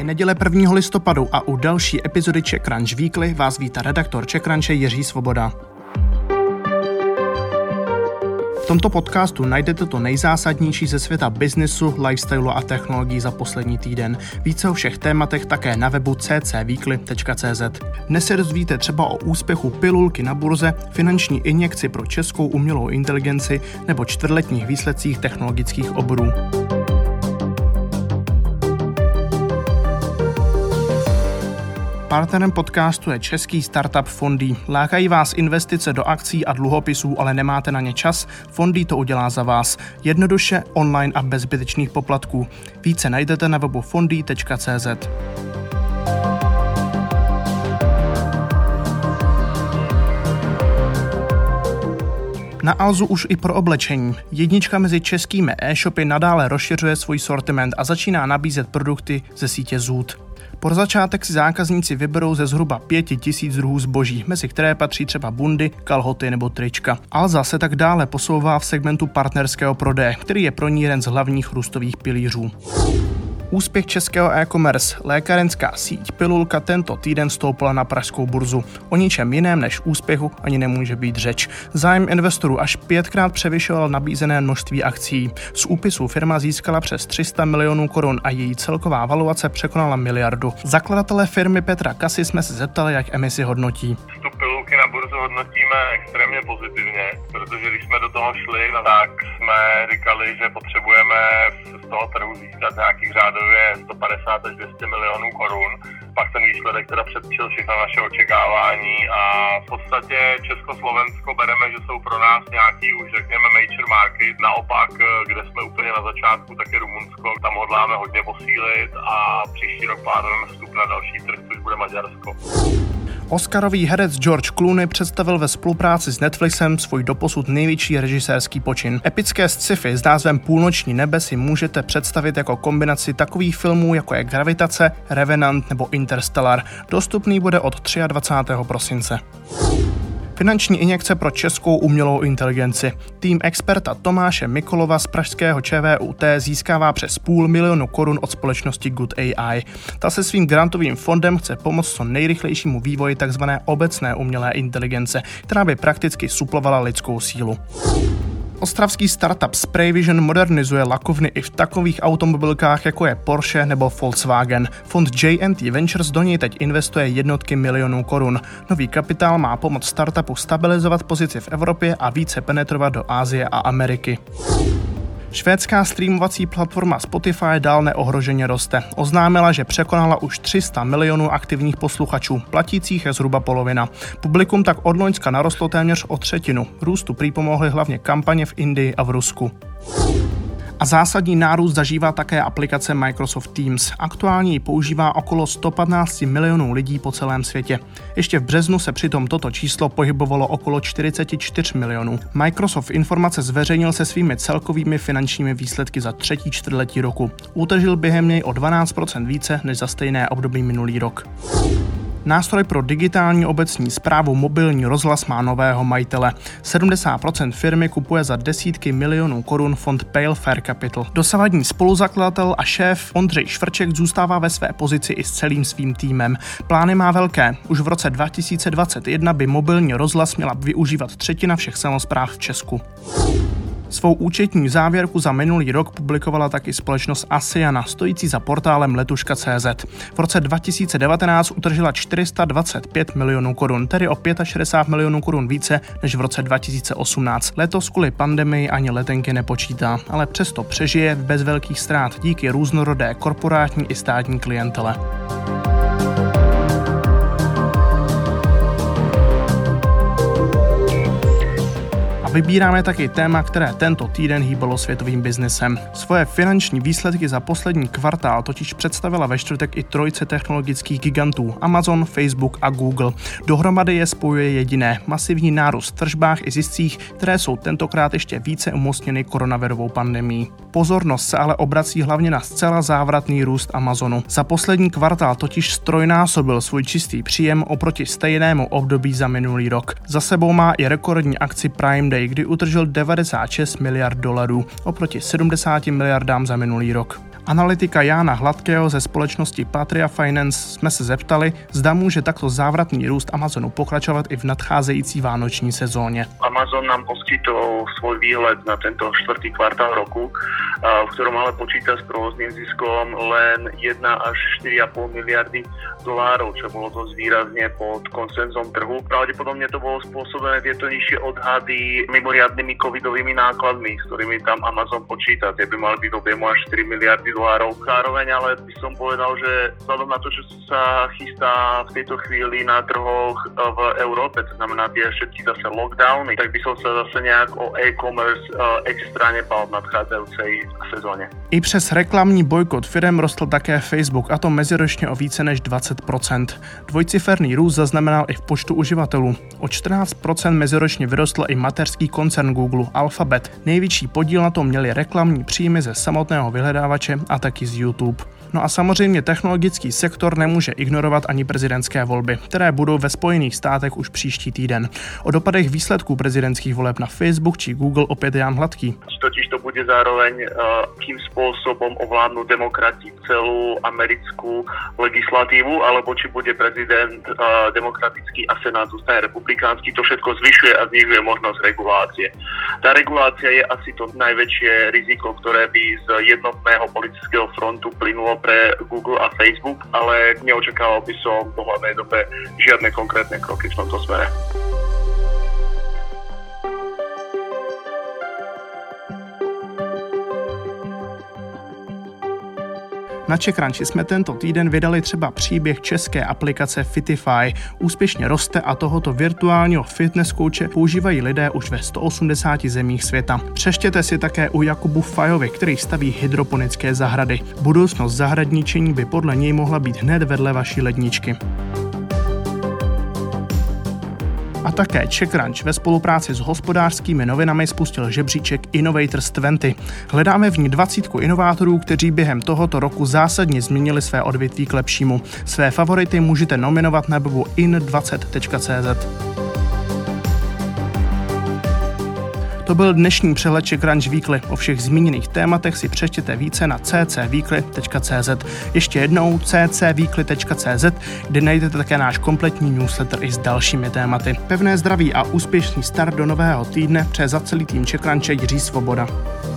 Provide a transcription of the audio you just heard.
Je neděle 1. listopadu a u další epizody Czech Crunch Weekly vás vítá redaktor Czech Crunche Jiří Svoboda. V tomto podcastu najdete to nejzásadnější ze světa biznesu, lifestylu a technologií za poslední týden. Více o všech tématech také na webu ccweekly.cz. Dnes se dozvíte třeba o úspěchu pilulky na burze, finanční injekci pro českou umělou inteligenci nebo čtvrtletních výsledcích technologických oborů. Partnerem podcastu je český startup Fondy. Lákají vás investice do akcí a dluhopisů, ale nemáte na ně čas? Fondy to udělá za vás. Jednoduše, online a bez zbytečných poplatků. Více najdete na webu fondy.cz. Na Alzu už i pro oblečení. Jednička mezi českými e-shopy nadále rozšiřuje svůj sortiment a začíná nabízet produkty ze sítě Zoot. Pro začátek si zákazníci vyberou ze zhruba 5000 druhů zboží, mezi které patří třeba bundy, kalhoty nebo trička. Alza se tak dále posouvá v segmentu partnerského prodeje, který je pro ní jeden z hlavních růstových pilířů. Úspěch českého e-commerce, lékárenská síť Pilulka tento týden vstoupila na pražskou burzu. O ničem jiném než úspěchu ani nemůže být řeč. Zájem investorů až 5krát převyšoval nabízené množství akcií. Z úpisů firma získala přes 300 milionů korun a její celková valuace překonala miliardu. Zakladatele firmy Petra Kasy jsme se zeptali, jak emisi hodnotí. Pilulky na burzu hodnotíme extrémně pozitivně, protože když jsme do toho šli, tak jsme říkali, že potřebujeme z toho trhu získat nějakých řádově 150 až 200 milionů korun. Pak ten výsledek teda předčil všechna naše očekávání a v podstatě Československo bereme, že jsou pro nás nějaký už řekněme major market. Naopak, kde jsme úplně na začátku, tak je Rumunsko. Tam hodláme hodně posílit a příští rok plánujeme vstup na další trh, což bude Maďarsko. Oscarový herec George Clooney představil ve spolupráci s Netflixem svůj doposud největší režisérský počin. Epické sci-fi s názvem Půlnoční nebe si můžete představit jako kombinaci takových filmů, jako je Gravitace, Revenant nebo Interstellar. Dostupný bude od 23. prosince. Finanční injekce pro českou umělou inteligenci. Tým experta Tomáše Mikolova z pražského ČVUT získává přes 500 000 korun od společnosti Good AI. Ta se svým grantovým fondem chce pomoct co nejrychlejšímu vývoji tzv. Obecné umělé inteligence, která by prakticky suplovala lidskou sílu. Ostravský startup Sprayvision modernizuje lakovny i v takových automobilkách, jako je Porsche nebo Volkswagen. Fond J&T Ventures do něj teď investuje jednotky milionů korun. Nový kapitál má pomoct startupu stabilizovat pozici v Evropě a více penetrovat do Asie a Ameriky. Švédská streamovací platforma Spotify dál neohroženě roste. Oznámila, že překonala už 300 milionů aktivních posluchačů, platících je zhruba polovina. Publikum tak od loňska narostlo téměř o třetinu. Růstu prý pomohly hlavně kampaně v Indii a v Rusku. A zásadní nárůst zažívá také aplikace Microsoft Teams. Aktuálně ji používá okolo 115 milionů lidí po celém světě. Ještě v březnu se přitom toto číslo pohybovalo okolo 44 milionů. Microsoft informace zveřejnil se svými celkovými finančními výsledky za třetí čtvrtletí roku. Utržil během něj o 12% více než za stejné období minulý rok. Nástroj pro digitální obecní správu mobilní rozhlas má nového majitele. 70% firmy kupuje za desítky milionů korun fond Pale Fair Capital. Dosavadní spoluzakladatel a šéf Ondřej Švrček zůstává ve své pozici i s celým svým týmem. Plány má velké. Už v roce 2021 by mobilní rozhlas měla využívat třetina všech samospráv v Česku. Svou účetní závěrku za minulý rok publikovala taky společnost Asiana, stojící za portálem letuška.cz. V roce 2019 utržila 425 milionů korun, tedy o 65 milionů korun více než v roce 2018. Letos kvůli pandemii ani letenky nepočítá, ale přesto přežije bez velkých ztrát díky různorodé korporátní i státní klientele. Vybíráme taky téma, které tento týden hýbalo světovým biznesem. Svoje finanční výsledky za poslední kvartál totiž představila ve čtvrtek i trojice technologických gigantů Amazon, Facebook a Google. Dohromady je spojuje jediné masivní nárůst v tržbách i ziscích, které jsou tentokrát ještě více umocněny koronavirovou pandemií. Pozornost se ale obrací hlavně na zcela závratný růst Amazonu. Za poslední kvartál totiž ztrojnásobil svůj čistý příjem oproti stejnému období za minulý rok. Za sebou má i rekordní akci Prime Day, kdy utržil $96 miliard oproti 70 miliardám za minulý rok. Analytika Jána Hladkého ze společnosti Patria Finance jsme se zeptali, zda může takto závratný růst Amazonu pokračovat i v nadcházející vánoční sezóně. Amazon nám poskytol svoj výhled na tento štvrtý kvartál roku, v ktorom ale počíta s provozním ziskom len 1 až 4,5 miliardy dolárov, čo bolo dosť výrazne pod konsenzom trhu. Pravdepodobne to bolo spôsobené tieto nižšie odhady mimoriadnymi covidovými nákladmi, s ktorými tam Amazon počíta. Tie by mali byť objemu až 4 miliardy dolárov. Zároveň ale by som povedal, že vzhľadom na to, čo sa chystá v tejto chvíli na trhoch v Európe, to znamená tie všetky zase lockdowny, tak by som sa zase nejak o e-commerce extra nebal v nadchádzajúcej sezóně. I přes reklamní bojkot firem rostl také Facebook, a to meziročně o více než 20%. Dvojciferný růst zaznamenal i v počtu uživatelů. O 14% meziročně vyrostl i mateřský koncern Google Alphabet. Největší podíl na tom měli reklamní příjmy ze samotného vyhledávače a taky z YouTube. No a samozřejmě technologický sektor nemůže ignorovat ani prezidentské volby, které budou ve Spojených státech už příští týden. O dopadech výsledků prezidentských voleb na Facebook či Google opět Jan Hladký. Totiž to bude zároveň kým spôsobom ovládnu demokrati celú americkú legislatívu, alebo či bude prezident demokratický a senát zostane republikánsky, to všetko zvyšuje a znižuje možnosť regulácie. Tá regulácia je asi to najväčšie riziko, ktoré by z jednotného politického frontu plynulo pre Google a Facebook, ale neočakával by som v dohľadnej dobe žiadne konkrétne kroky v tomto smere. Na CzechCrunchi jsme tento týden vydali třeba příběh české aplikace Fitify. Úspěšně roste a tohoto virtuálního fitness kouče používají lidé už ve 180 zemích světa. Přečtěte si také u Jakubu Fajovi, který staví hydroponické zahrady. Budoucnost zahradničení by podle něj mohla být hned vedle vaší ledničky. A také CzechCrunch ve spolupráci s Hospodářskými novinami spustil žebříček Innovators 20. Hledáme v ní 20 inovátorů, kteří během tohoto roku zásadně změnili své odvětví k lepšímu. Své favority můžete nominovat na webu in20.cz. To byl dnešní přehled CzechCrunch Weekly. O všech zmíněných tématech si přečtěte více na ccweekly.cz. Ještě jednou ccweekly.cz, kde najdete také náš kompletní newsletter i s dalšími tématy. Pevné zdraví a úspěšný start do nového týdne přeje za celý tým CzechCrunche Jiří Svoboda.